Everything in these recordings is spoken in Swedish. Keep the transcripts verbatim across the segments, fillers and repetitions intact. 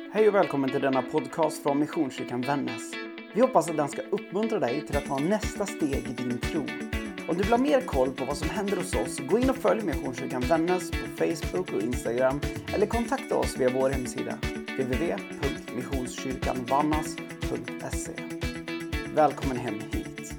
Hej och välkommen till denna podcast från Missionskyrkan Vännäs. Vi hoppas att den ska uppmuntra dig till att ta nästa steg i din tro. Om du vill ha mer koll på vad som händer hos oss, gå in och följ Missionskyrkan Vännäs på Facebook och Instagram eller kontakta oss via vår hemsida w w w punkt missionskyrkanvannas punkt se. Välkommen hem hit.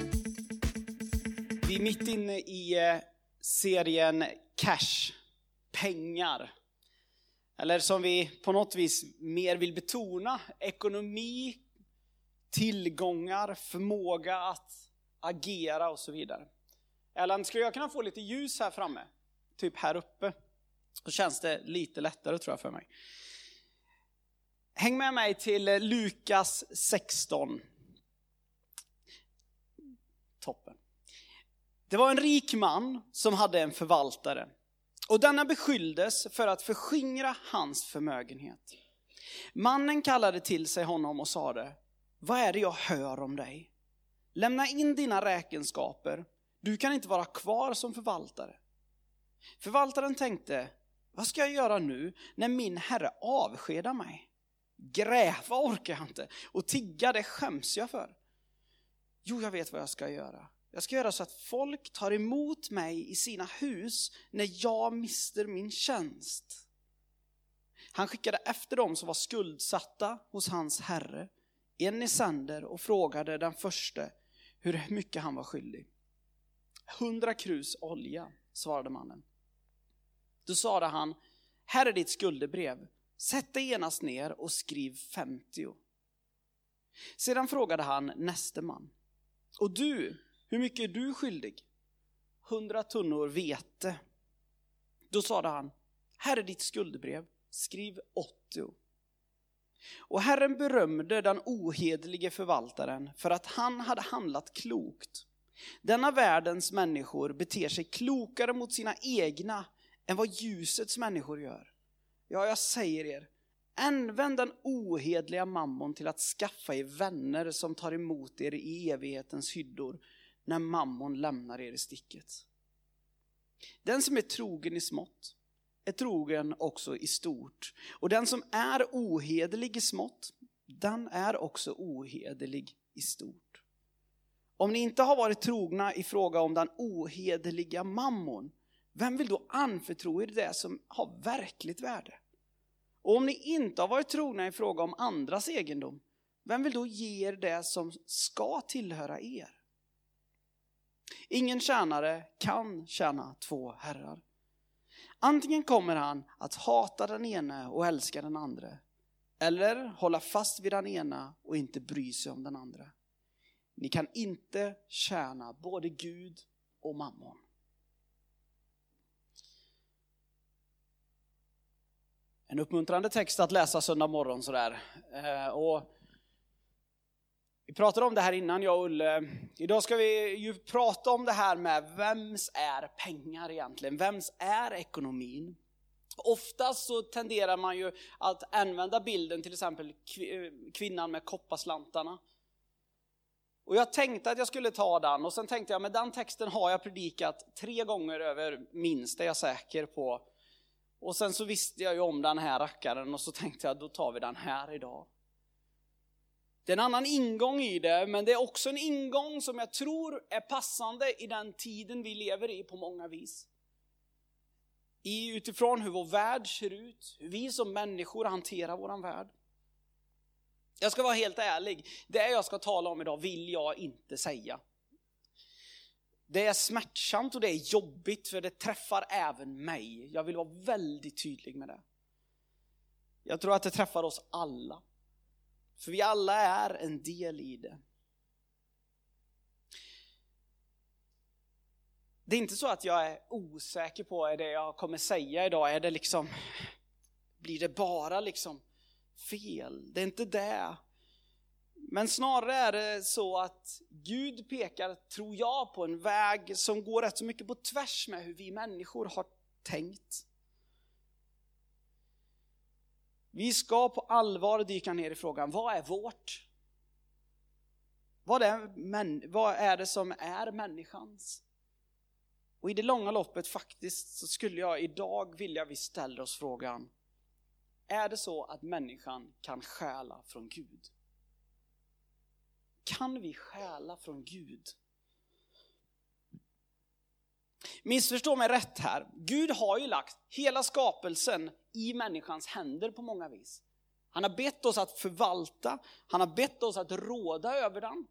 Vi är mitt inne i serien Cash, pengar. Eller som vi på något vis mer vill betona, ekonomi, tillgångar, förmåga att agera och så vidare. Ellen, skulle jag kunna få lite ljus här framme? Typ här uppe. Så känns det lite lättare tror jag för mig. Häng med mig till Lukas sexton. Toppen. Det var en rik man som hade en förvaltare. Och denna beskylldes för att förskingra hans förmögenhet. Mannen kallade till sig honom och sade: vad är det jag hör om dig? Lämna in dina räkenskaper. Du kan inte vara kvar som förvaltare. Förvaltaren tänkte: vad ska jag göra nu när min herre avskedar mig? Gräva orkar jag inte, och tigga det skäms jag för. Jo, jag vet vad jag ska göra. Jag ska göra så att folk tar emot mig i sina hus när jag mister min tjänst. Han skickade efter dem som var skuldsatta hos hans herre en i sänder och frågade den första hur mycket han var skyldig. Hundra krus olja, svarade mannen. Då sade han: här är ditt skuldebrev. Sätt dig genast ner och skriv femtio. Sedan frågade han nästa man: och du, hur mycket är du skyldig? Hundra tunnor vete. Då sade han: här är ditt skuldebrev. Skriv åttio. Och Herren berömde den ohederlige förvaltaren för att han hade handlat klokt. Denna världens människor beter sig klokare mot sina egna än vad ljusets människor gör. Ja, jag säger er, använd den ohederliga mammon till att skaffa er vänner som tar emot er i evighetens hyddor när mammon lämnar er i sticket. Den som är trogen i smått är trogen också i stort. Och den som är ohederlig i smått, den är också ohederlig i stort. Om ni inte har varit trogna i fråga om den ohederliga mammon, vem vill då anförtro er det som har verkligt värde? Och om ni inte har varit trogna i fråga om andras egendom, vem vill då ge er det som ska tillhöra er? Ingen tjänare kan tjäna två herrar. Antingen kommer han att hata den ena och älska den andra, eller hålla fast vid den ena och inte bry sig om den andra. Ni kan inte tjäna både Gud och mammon. En uppmuntrande text att läsa söndag morgon sådär. Och vi pratade om det här innan, jag och Ulle. Idag ska vi ju prata om det här med vems är pengar egentligen? Vems är ekonomin? Oftast så tenderar man ju att använda bilden, till exempel kvinnan med kopparslantarna. Och jag tänkte att jag skulle ta den, och sen tänkte jag, med den texten har jag predikat tre gånger över minst, är jag säker på. Och sen så visste jag ju om den här rackaren, och så tänkte jag, då tar vi den här idag. Det är en annan ingång i det, men det är också en ingång som jag tror är passande i den tiden vi lever i på många vis. I, utifrån hur vår värld ser ut, hur vi som människor hanterar våran värld. Jag ska vara helt ärlig, det jag ska tala om idag vill jag inte säga. Det är smärtsamt och det är jobbigt, för det träffar även mig. Jag vill vara väldigt tydlig med det. Jag tror att det träffar oss alla. För vi alla är en del i det. Det är inte så att jag är osäker på det jag kommer säga idag. Är det liksom, blir det bara liksom fel? Det är inte det. Men snarare är det så att Gud pekar, tror jag, på en väg som går rätt så mycket på tvärs med hur vi människor har tänkt. Vi ska på allvar dyka ner i frågan, vad är vårt? Vad är, män, vad är det som är människans? Och i det långa loppet faktiskt så skulle jag idag vilja vi ställer oss frågan, är det så att människan kan stjäla från Gud? Kan vi stjäla från Gud? Missförstå mig rätt här. Gud har ju lagt hela skapelsen i människans händer på många vis. Han har bett oss att förvalta. Han har bett oss att råda över den.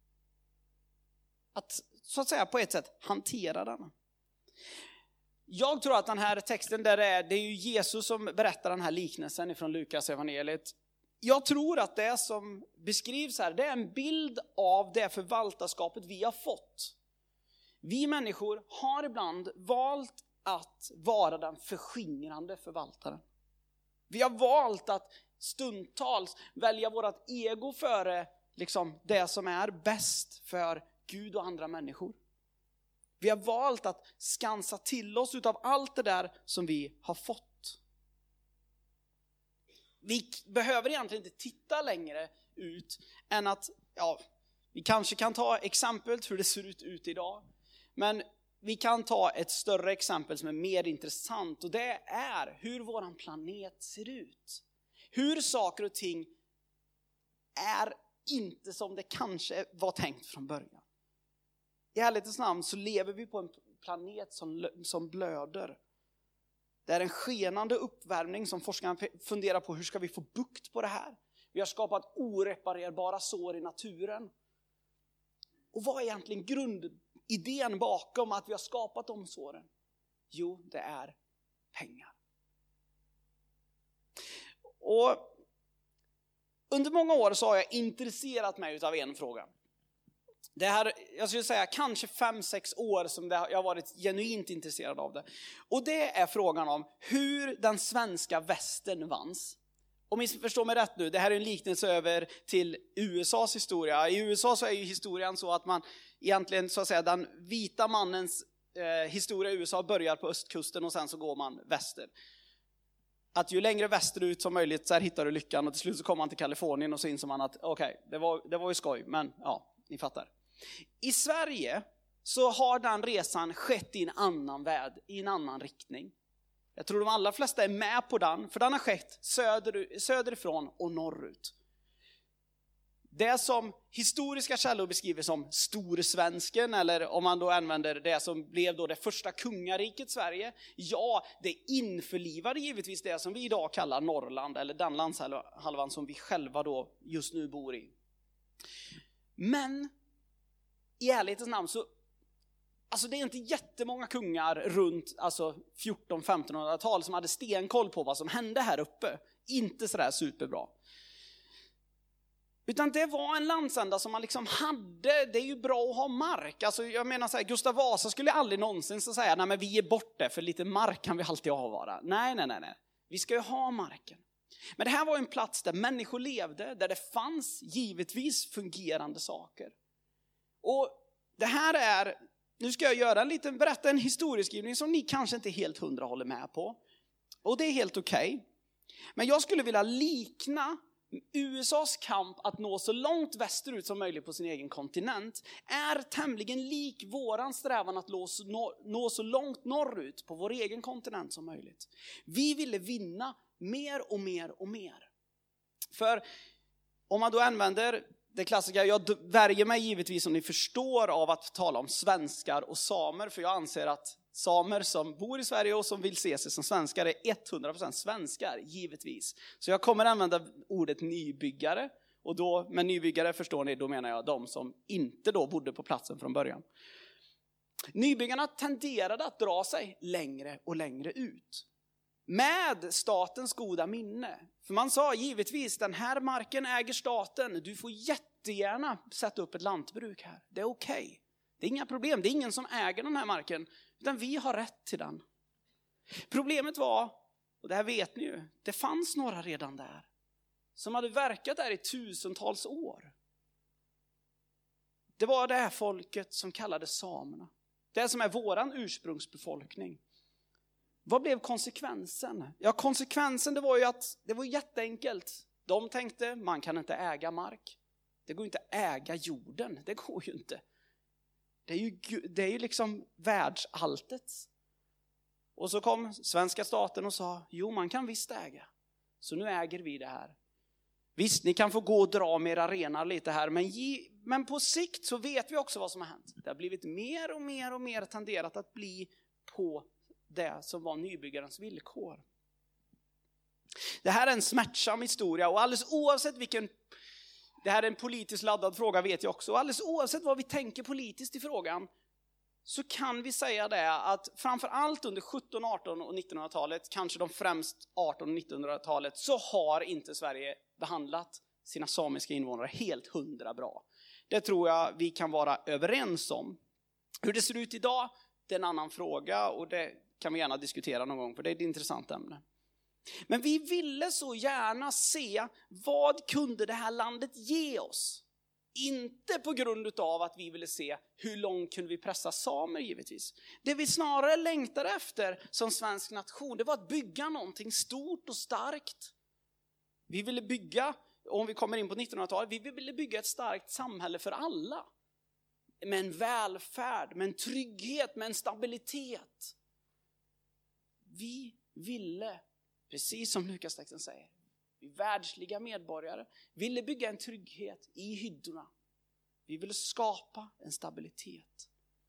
Att så att säga på ett sätt hantera den. Jag tror att den här texten där det är, det är ju Jesus som berättar den här liknelsen ifrån Lukas evangeliet. Jag tror att det som beskrivs här, det är en bild av det förvaltarskapet vi har fått. Vi människor har ibland valt att vara den förskingrande förvaltaren. Vi har valt att stundtals välja vårt ego före liksom det som är bäst för Gud och andra människor. Vi har valt att skansa till oss utav allt det där som vi har fått. Vi behöver egentligen inte titta längre ut än att, ja, vi kanske kan ta exempel hur det ser ut, ut idag. Men vi kan ta ett större exempel som är mer intressant, och det är hur våran planet ser ut. Hur saker och ting är inte som det kanske var tänkt från början. I ärlighetens namn så lever vi på en planet som, som blöder. Det är en skenande uppvärmning som forskarna funderar på, hur ska vi få bukt på det här? Vi har skapat oreparerbara sår i naturen. Och vad är egentligen grundidén bakom att vi har skapat de såren? Jo, det är pengar. Och under många år så har jag intresserat mig av en fråga. Det här, jag skulle säga kanske fem, sex år som det, jag har varit genuint intresserad av det. Och det är frågan om hur den svenska västern vanns. Om ni förstår mig rätt nu, det här är en liknelse över till U S A:s historia. I U S A så är ju historien så att man egentligen, så att säga, den vita mannens eh, historia i U S A börjar på östkusten och sen så går man väster. Att ju längre västerut som möjligt så här hittar du lyckan, och till slut så kommer man till Kalifornien och så inser man att okej, okay, det, var, det var ju skoj, men ja, ni fattar. I Sverige så har den resan skett i en annan värld, i en annan riktning. Jag tror de allra flesta är med på den, för den har skett söder, söderifrån och norrut. Det som historiska källor beskriver som storsvensken, eller om man då använder det som blev då det första kungariket Sverige, ja, det införlivade givetvis det som vi idag kallar Norrland, eller den landshalvan som vi själva då just nu bor i. Men i ärlighetens namn så, alltså det är inte jättemånga kungar runt alltså fjorton-femtonhundratal som hade stenkoll på vad som hände här uppe. Inte sådär superbra. Utan det var en landsända som man liksom hade, det är ju bra att ha mark. Alltså jag menar så här, Gustav Vasa skulle aldrig någonsin så säga, nej men vi ger bort det, för lite mark kan vi alltid avvara. Nej, nej, nej, nej. Vi ska ju ha marken. Men det här var en plats där människor levde, där det fanns givetvis fungerande saker. Och det här är, nu ska jag göra en liten, berätta en historieskrivning som ni kanske inte helt hundra håller med på. Och det är helt okej. Okay. Men jag skulle vilja likna U S A:s kamp att nå så långt västerut som möjligt på sin egen kontinent är tämligen lik våran strävan att nå så långt norrut på vår egen kontinent som möjligt. Vi ville vinna mer och mer och mer. För om man då använder det klassiska, jag värjer mig givetvis om ni förstår av att tala om svenskar och samer, för jag anser att samer som bor i Sverige och som vill se sig som svenskar är hundra procent svenskar, givetvis. Så jag kommer använda ordet nybyggare, och då med nybyggare förstår ni, då menar jag de som inte då bodde på platsen från början. Nybyggarna tenderade att dra sig längre och längre ut. Med statens goda minne. För man sa givetvis, den här marken äger staten. Du får jättegärna sätta upp ett lantbruk här. Det är okej. Okay. Det är inga problem. Det är ingen som äger den här marken. Utan vi har rätt till den. Problemet var, och det här vet ni ju, det fanns några redan där. Som hade verkat där i tusentals år. Det var det här folket som kallades samerna. Det som är våran ursprungsbefolkning. Vad blev konsekvensen? Ja, konsekvensen det var ju att det var jätteenkelt. De tänkte, man kan inte äga mark. Det går inte att äga jorden. Det går ju inte. Det är ju, det är ju liksom världsalltet. Och så kom svenska staten och sa, jo man kan visst äga. Så nu äger vi det här. Visst, ni kan få gå och dra med era renar lite här, men, ge, men på sikt så vet vi också vad som har hänt. Det har blivit mer och mer och mer tenderat att bli på det som var nybyggarens villkor. Det här är en smärtsam historia, och alldeles oavsett vilken, det här är en politiskt laddad fråga vet jag också, och alldeles oavsett vad vi tänker politiskt i frågan, så kan vi säga det att framförallt under sjutton-, arton- och nittonhundratalet, kanske de främst arton- och nittonhundratalet, så har inte Sverige behandlat sina samiska invånare helt hundra bra. Det tror jag vi kan vara överens om. Hur det ser ut idag, det är en annan fråga, och det kan vi gärna diskutera någon gång, för det är ett intressant ämne. Men vi ville så gärna se vad kunde det här landet ge oss. Inte på grund av att vi ville se hur långt kunde vi pressa samer givetvis. Det vi snarare längtade efter som svensk nation, det var att bygga någonting stort och starkt. Vi ville bygga, om vi kommer in på nittonhundratalet, vi ville bygga ett starkt samhälle för alla. Med en välfärd, med en trygghet, med en stabilitet. Vi ville, precis som Lukas-texten säger, vi världsliga medborgare ville bygga en trygghet i hyddorna. Vi ville skapa en stabilitet.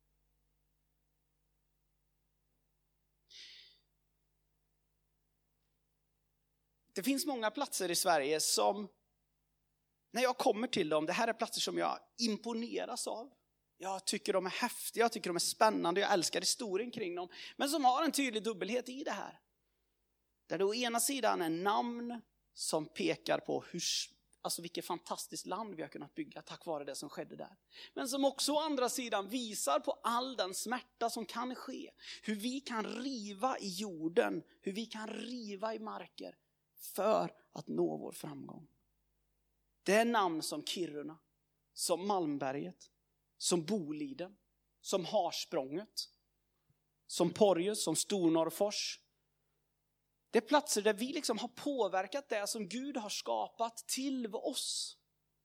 Det finns många platser i Sverige som, när jag kommer till dem, det här är platser som jag imponeras av. Jag tycker de är häftiga, jag tycker de är spännande, jag älskar historien kring dem. Men som har en tydlig dubbelhet i det här. Där det å ena sidan är namn som pekar på hur, alltså vilket fantastiskt land vi har kunnat bygga tack vare det som skedde där. Men som också å andra sidan visar på all den smärta som kan ske. Hur vi kan riva i jorden, hur vi kan riva i marker för att nå vår framgång. Det är namn som Kiruna, som Malmberget, som Boliden, som Harsprånget, som Porjus, som Stornorrfors. Det är platser där vi liksom har påverkat det som Gud har skapat till oss.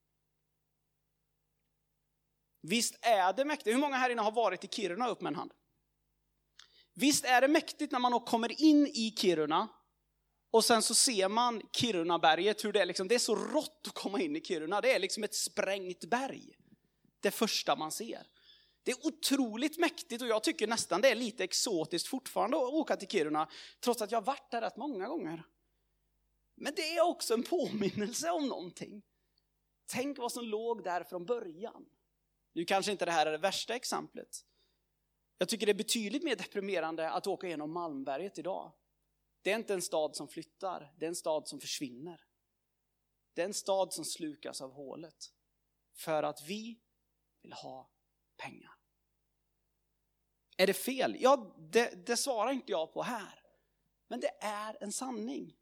Visst är det mäktigt. Hur många här inne har varit i Kiruna? Upp med en hand. Visst är det mäktigt när man kommer in i Kiruna och sen så ser man Kirunaberget, hur det är liksom, det är så rått att komma in i Kiruna. Det är liksom ett sprängt berg. Det första man ser. Det är otroligt mäktigt, och jag tycker nästan det är lite exotiskt fortfarande att åka till Kiruna, trots att jag har varit där rätt många gånger. Men det är också en påminnelse om någonting. Tänk vad som låg där från början. Nu kanske inte det här är det värsta exemplet. Jag tycker det är betydligt mer deprimerande att åka igenom Malmberget idag. Det är inte en stad som flyttar, det är en stad som försvinner. Det är en stad som slukas av hålet. För att vi vill ha pengar. Är det fel? Ja, det, det svarar inte jag på här. Men det är en sanning.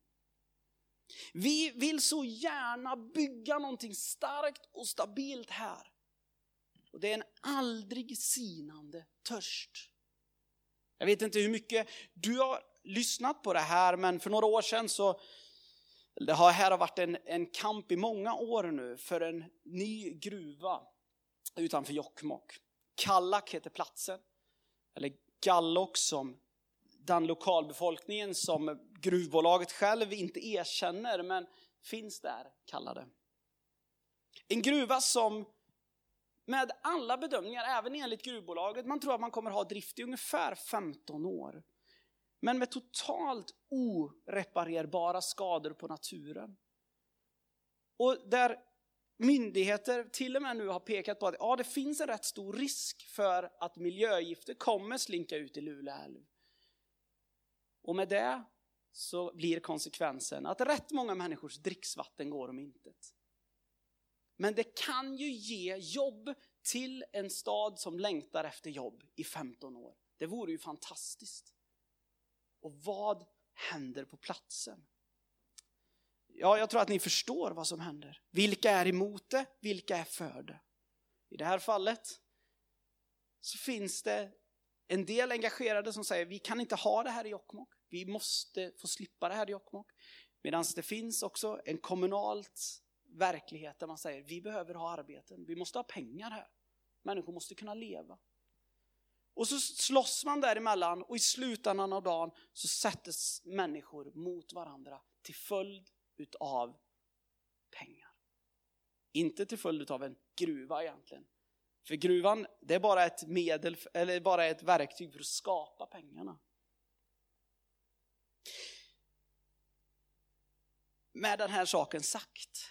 Vi vill så gärna bygga någonting starkt och stabilt här. Och det är en aldrig sinande törst. Jag vet inte hur mycket du har lyssnat på det här, men för några år sedan så det har här har varit en, en kamp i många år nu för en ny gruva utanför Jokkmokk. Kallak heter platsen, eller Gallok som den lokalbefolkningen som gruvbolaget själv inte erkänner, men finns där kallade. En gruva som med alla bedömningar, även enligt gruvbolaget, man tror att man kommer ha drift i ungefär femton år. Men med totalt oreparerbara skador på naturen. Och där myndigheter till och med nu har pekat på att ja, det finns en rätt stor risk för att miljögifter kommer slinka ut i Lule älv. Och med det så blir konsekvensen att rätt många människors dricksvatten går om intet. Men det kan ju ge jobb till en stad som längtar efter jobb i femton år. Det vore ju fantastiskt. Och vad händer på platsen? Ja, jag tror att ni förstår vad som händer. Vilka är emot det? Vilka är för det? I det här fallet så finns det en del engagerade som säger vi kan inte ha det här i Jokkmokk. Vi måste få slippa det här i Jokkmokk. Medan det finns också en kommunalt verklighet där man säger vi behöver ha arbeten. Vi måste ha pengar här. Människor måste kunna leva. Och så slåss man däremellan och i slutändan av dagen så sätts människor mot varandra till följd utav pengar. Inte till följd av en gruva egentligen. För gruvan, det är bara ett medel, eller bara ett verktyg för att skapa pengarna. Med den här saken sagt.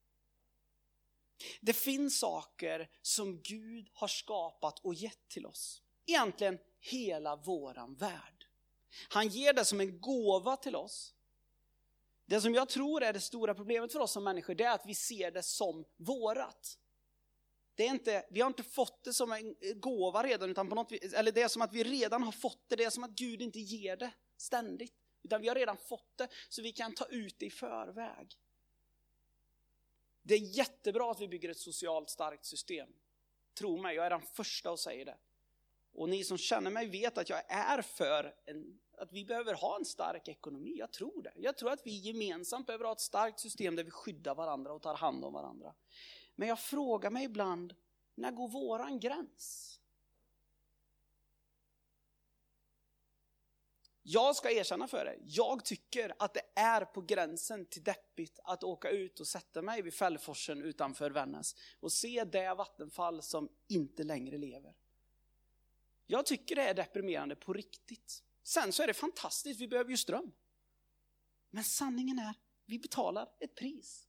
Det finns saker som Gud har skapat och gett till oss. Egentligen hela våran värld. Han ger det som en gåva till oss. Det som jag tror är det stora problemet för oss som människor, det är att vi ser det som vårat. Det är inte, vi har inte fått det som en gåva redan, utan på något vis, eller det är som att vi redan har fått det. Det är som att Gud inte ger det ständigt. Utan vi har redan fått det så vi kan ta ut det i förväg. Det är jättebra att vi bygger ett socialt starkt system. Tro mig, jag är den första att säga det. Och ni som känner mig vet att jag är för en, att vi behöver ha en stark ekonomi. Jag tror det. Jag tror att vi gemensamt behöver ha ett starkt system där vi skyddar varandra och tar hand om varandra. Men jag frågar mig ibland, när går våran gräns? Jag ska erkänna för det. Jag tycker att det är på gränsen till deppigt att åka ut och sätta mig vid Fällforsen utanför Vännäs och se det vattenfall som inte längre lever. Jag tycker det är deprimerande på riktigt. Sen så är det fantastiskt, vi behöver ju ström. Men sanningen är, vi betalar ett pris.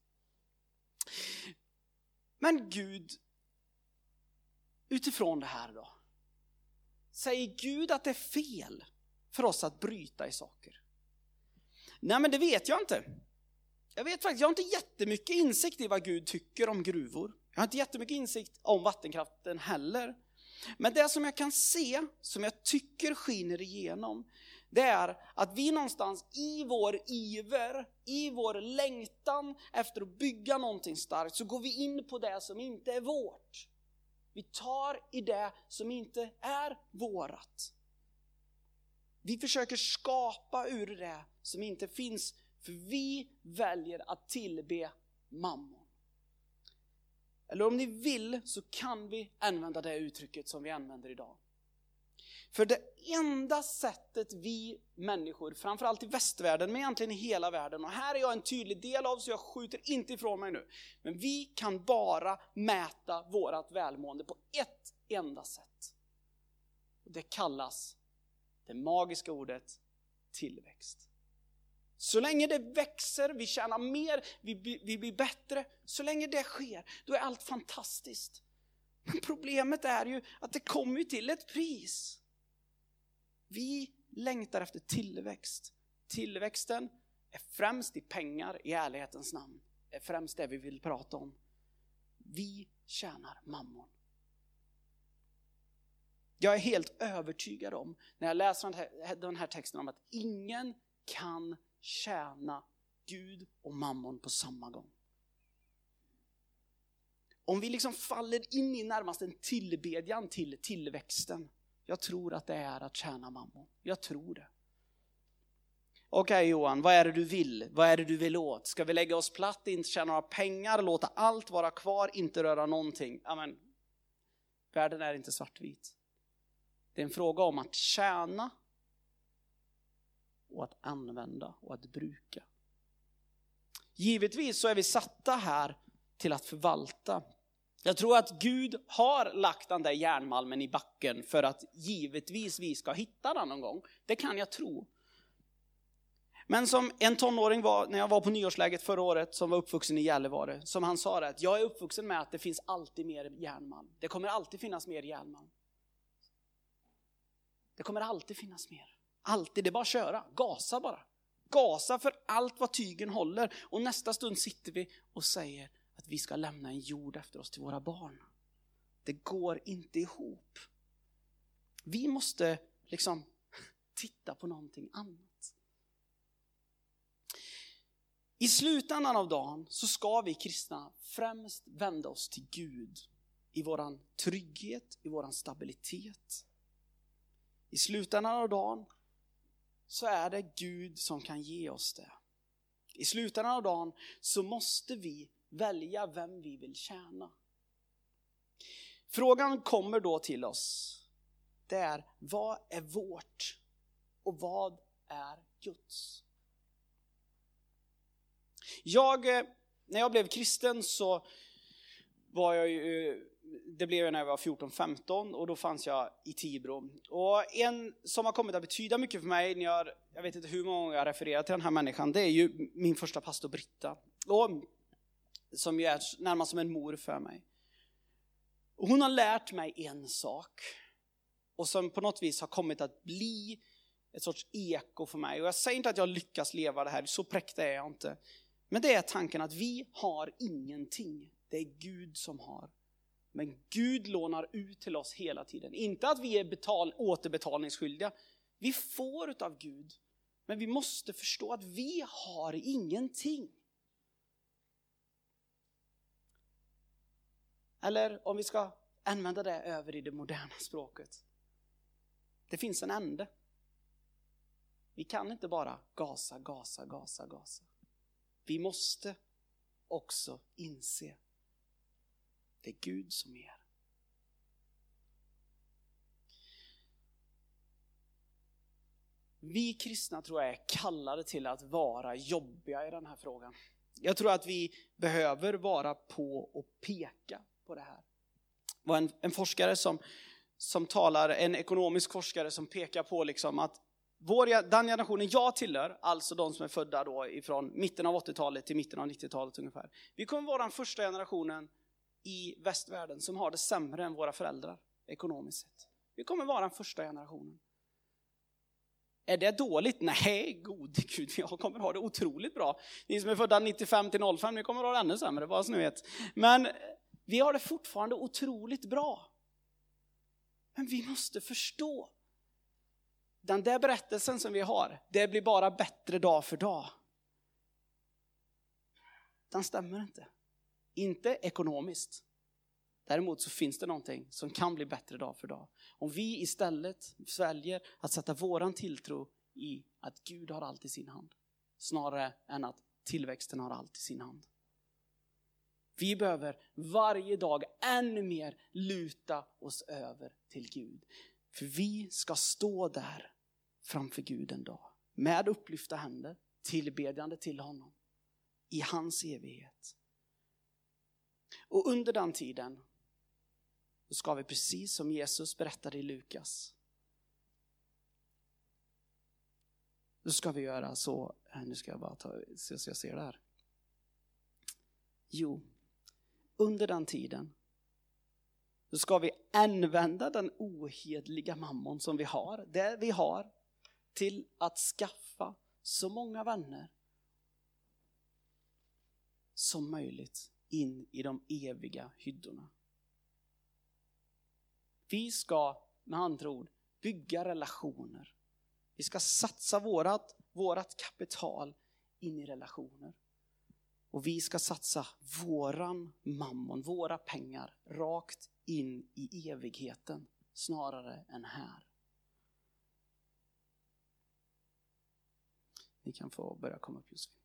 Men Gud, utifrån det här då, säger Gud att det är fel för oss att bryta i saker? Nej, men det vet jag inte. Jag vet faktiskt, jag har inte jättemycket insikt i vad Gud tycker om gruvor. Jag har inte jättemycket insikt om vattenkraften heller. Men det som jag kan se, som jag tycker skiner igenom, det är att vi någonstans i vår iver, i vår längtan efter att bygga någonting starkt, så går vi in på det som inte är vårt. Vi tar i det som inte är vårat. Vi försöker skapa ur det som inte finns, för vi väljer att tillbe mammon. Eller om ni vill så kan vi använda det uttrycket som vi använder idag. För det enda sättet vi människor, framförallt i västvärlden, men egentligen i hela världen, och här är jag en tydlig del av så jag skjuter inte ifrån mig nu, men vi kan bara mäta vårat välmående på ett enda sätt. Och det kallas det magiska ordet tillväxt. Så länge det växer, vi tjänar mer, vi, vi blir bättre, så länge det sker, då är allt fantastiskt. Men problemet är ju att det kommer till ett pris. Vi längtar efter tillväxt. Tillväxten är främst i pengar, i ärlighetens namn. Är främst det vi vill prata om. Vi tjänar mammon. Jag är helt övertygad om, när jag läser den här, den här texten, om att ingen kan tjäna Gud och mammon på samma gång. Om vi liksom faller in i närmast en tillbedjan till tillväxten, jag tror att det är att tjäna mammon. Jag tror det. Okej, okay, Johan, vad är det du vill? Vad är det du vill åt? Ska vi lägga oss platt, inte tjäna några pengar, låta allt vara kvar, inte röra någonting? Amen. Världen är inte svartvit. Det är en fråga om att tjäna och att använda och att bruka. Givetvis så är vi satta här till att förvalta. Jag tror att Gud har lagt den där järnmalmen i backen för att givetvis vi ska hitta den någon gång. Det kan jag tro. Men som en tonåring var, när jag var på nyårsläget förra året, som var uppvuxen i Gällivare, som han sa det, att jag är uppvuxen med att det finns alltid mer järnmalm. Det kommer alltid finnas mer järnmalm. Det kommer alltid finnas mer. Alltid, det är bara att köra. Gasa bara. Gasa för allt vad tygen håller. Och nästa stund sitter vi och säger att vi ska lämna en jord efter oss till våra barn. Det går inte ihop. Vi måste liksom titta på någonting annat. I slutändan av dagen så ska vi kristna främst vända oss till Gud. I våran trygghet, i våran stabilitet. I slutändan av dagen så är det Gud som kan ge oss det. I slutändan av dagen så måste vi välja vem vi vill tjäna. Frågan kommer då till oss. Det är, vad är vårt och vad är Guds? Jag, när jag blev kristen så var jag ju, det blev jag när jag var fjorton femton och då fanns jag i Tibro. Och en som har kommit att betyda mycket för mig, när jag, jag vet inte hur många gånger jag refererar till den här människan, det är ju min första pastor Britta. Och, som ju är närmast som en mor för mig. Och hon har lärt mig en sak. Och som på något vis har kommit att bli ett sorts eko för mig. Och jag säger inte att jag lyckas leva det här, så präktig är jag inte. Men det är tanken att vi har ingenting. Det är Gud som har. Men Gud lånar ut till oss hela tiden. Inte att vi är betal- återbetalningsskyldiga. Vi får utav Gud. Men vi måste förstå att vi har ingenting. Eller om vi ska använda det över i det moderna språket. Det finns en ände. Vi kan inte bara gasa, gasa, gasa, gasa. Vi måste också inse. Det är Gud som ger. Vi kristna tror jag är kallade till att vara jobbiga i den här frågan. Jag tror att vi behöver vara på och peka på det här. Det var en, en forskare som, som talar, en ekonomisk forskare som pekar på liksom att vår, den generationen jag tillhör, alltså de som är födda då ifrån mitten av åttiotalet till mitten av nittiotalet ungefär. Vi kommer vara den första generationen i västvärlden som har det sämre än våra föräldrar ekonomiskt sett. Vi kommer vara den första generationen. Är det dåligt? Nej, gode Gud, jag kommer ha det otroligt bra. Ni som är födda nittiofem till noll fem, ni kommer ha det ännu sämre, bara så ni vet. Men vi har det fortfarande otroligt bra. Men vi måste förstå. Den där berättelsen som vi har, det blir bara bättre dag för dag. Den stämmer inte. Inte ekonomiskt. Däremot så finns det någonting som kan bli bättre dag för dag. Om vi istället väljer att sätta våran tilltro i att Gud har allt i sin hand. Snarare än att tillväxten har allt i sin hand. Vi behöver varje dag ännu mer luta oss över till Gud. För vi ska stå där framför Gud en dag. Med upplyfta händer, tillbedjande till honom. I hans evighet. Och under den tiden så ska vi precis som Jesus berättade i Lukas. Då ska vi göra så. Nu ska jag bara ta så jag ser det här. Jo, under den tiden så ska vi använda den ohedliga mammon som vi har. Det vi har till att skaffa så många vänner som möjligt in i de eviga hyddorna. Vi ska med andra ord bygga relationer. Vi ska satsa vårat, vårat kapital in i relationer. Och vi ska satsa våran mammon, våra pengar rakt in i evigheten snarare än här. Ni kan få börja komma upp just nu.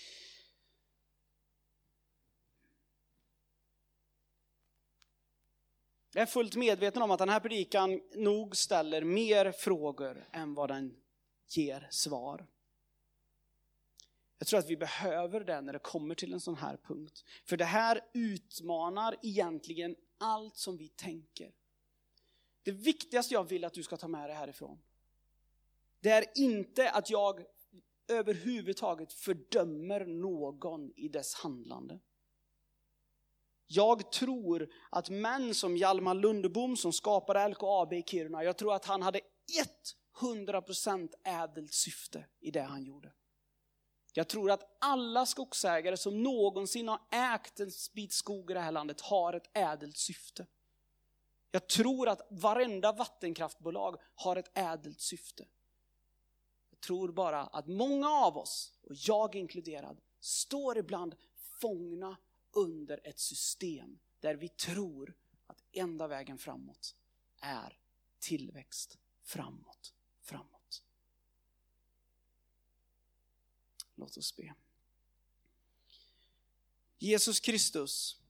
Jag är fullt medveten om att den här predikan nog ställer mer frågor än vad den ger svar. Jag tror att vi behöver det när det kommer till en sån här punkt. För det här utmanar egentligen allt som vi tänker. Det viktigaste jag vill att du ska ta med dig härifrån. Det är inte att jag överhuvudtaget fördömer någon i dess handlande. Jag tror att män som Hjalmar Lundebom som skapade L K A B i Kiruna, jag tror att han hade hundra procent ädelt syfte i det han gjorde. Jag tror att alla skogsägare som någonsin har ägt en bit skog i det här landet har ett ädelt syfte. Jag tror att varenda vattenkraftbolag har ett ädelt syfte. Jag tror bara att många av oss, och jag inkluderad, står ibland fångna under ett system där vi tror att enda vägen framåt är tillväxt framåt, framåt. Låt oss be. Jesus Kristus,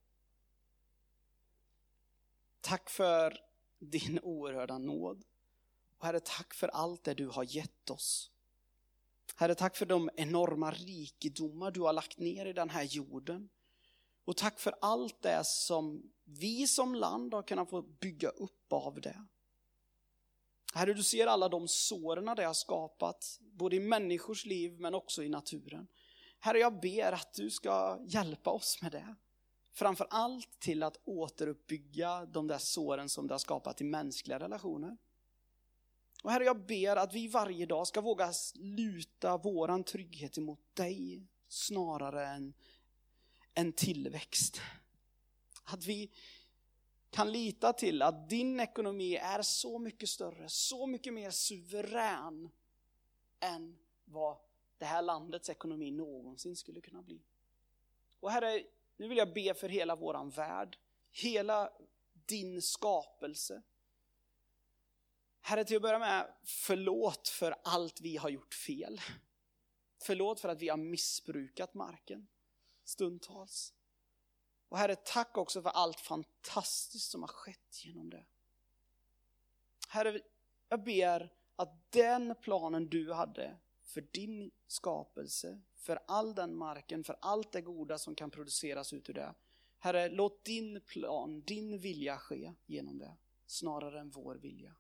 tack för din oerhörda nåd. Och Herre, tack för allt det du har gett oss. Herre, tack för de enorma rikedomar du har lagt ner i den här jorden. Och tack för allt det som vi som land har kunnat få bygga upp av det. Herre, du ser alla de såren det har skapat, både i människors liv men också i naturen. Herre, jag ber att du ska hjälpa oss med det. Framför allt till att återuppbygga de där såren som det har skapat i mänskliga relationer. Och Herre, jag ber att vi varje dag ska våga luta våran trygghet emot dig snarare än en tillväxt. Att vi kan lita till att din ekonomi är så mycket större, så mycket mer suverän än vad det här landets ekonomi någonsin skulle kunna bli. Och Herre, nu vill jag be för hela våran värld, hela din skapelse. Herre, till att börja med, förlåt för allt vi har gjort fel. Förlåt för att vi har missbrukat marken stundtals. Och Herre, tack också för allt fantastiskt som har skett genom det. Herre, jag ber att den planen du hade för din skapelse, för all den marken, för allt det goda som kan produceras ut ur det. Herre, låt din plan, din vilja ske genom det, snarare än vår vilja.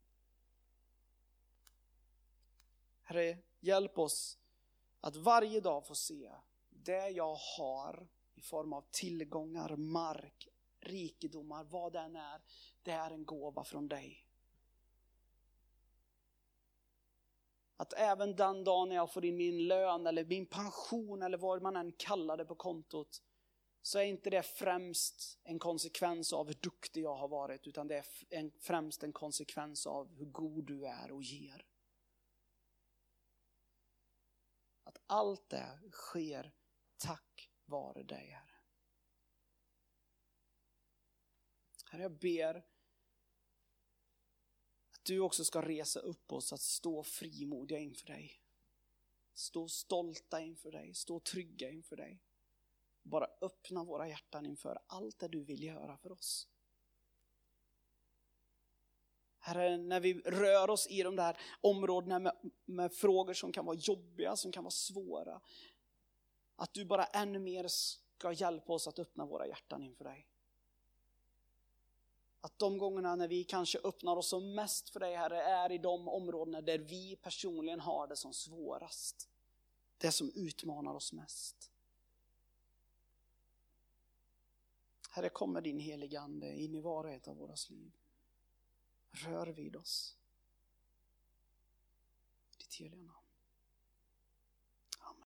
Herre, hjälp oss att varje dag få se det jag har i form av tillgångar, mark, rikedomar, vad den är. Det är en gåva från dig. Att även den dagen när jag får in min lön eller min pension eller vad man än kallar det på kontot, så är inte det främst en konsekvens av hur duktig jag har varit, utan det är en, främst en konsekvens av hur god du är och ger. Att allt det sker tack vare dig, Herre. Herre, jag ber att du också ska resa upp oss att stå frimodiga inför dig. Stå stolta inför dig, stå trygga inför dig. Bara öppna våra hjärtan inför allt det du vill göra för oss. Herre, när vi rör oss i de där områdena med, med frågor som kan vara jobbiga, som kan vara svåra, att du bara ännu mer ska hjälpa oss att öppna våra hjärtan inför dig. Att de gångerna när vi kanske öppnar oss som mest för dig, Herre, är i de områdena där vi personligen har det som svårast. Det som utmanar oss mest. Herre, kommer din heliga ande in i var och ett av våra liv. Rör vid oss. Ditt heliga namn.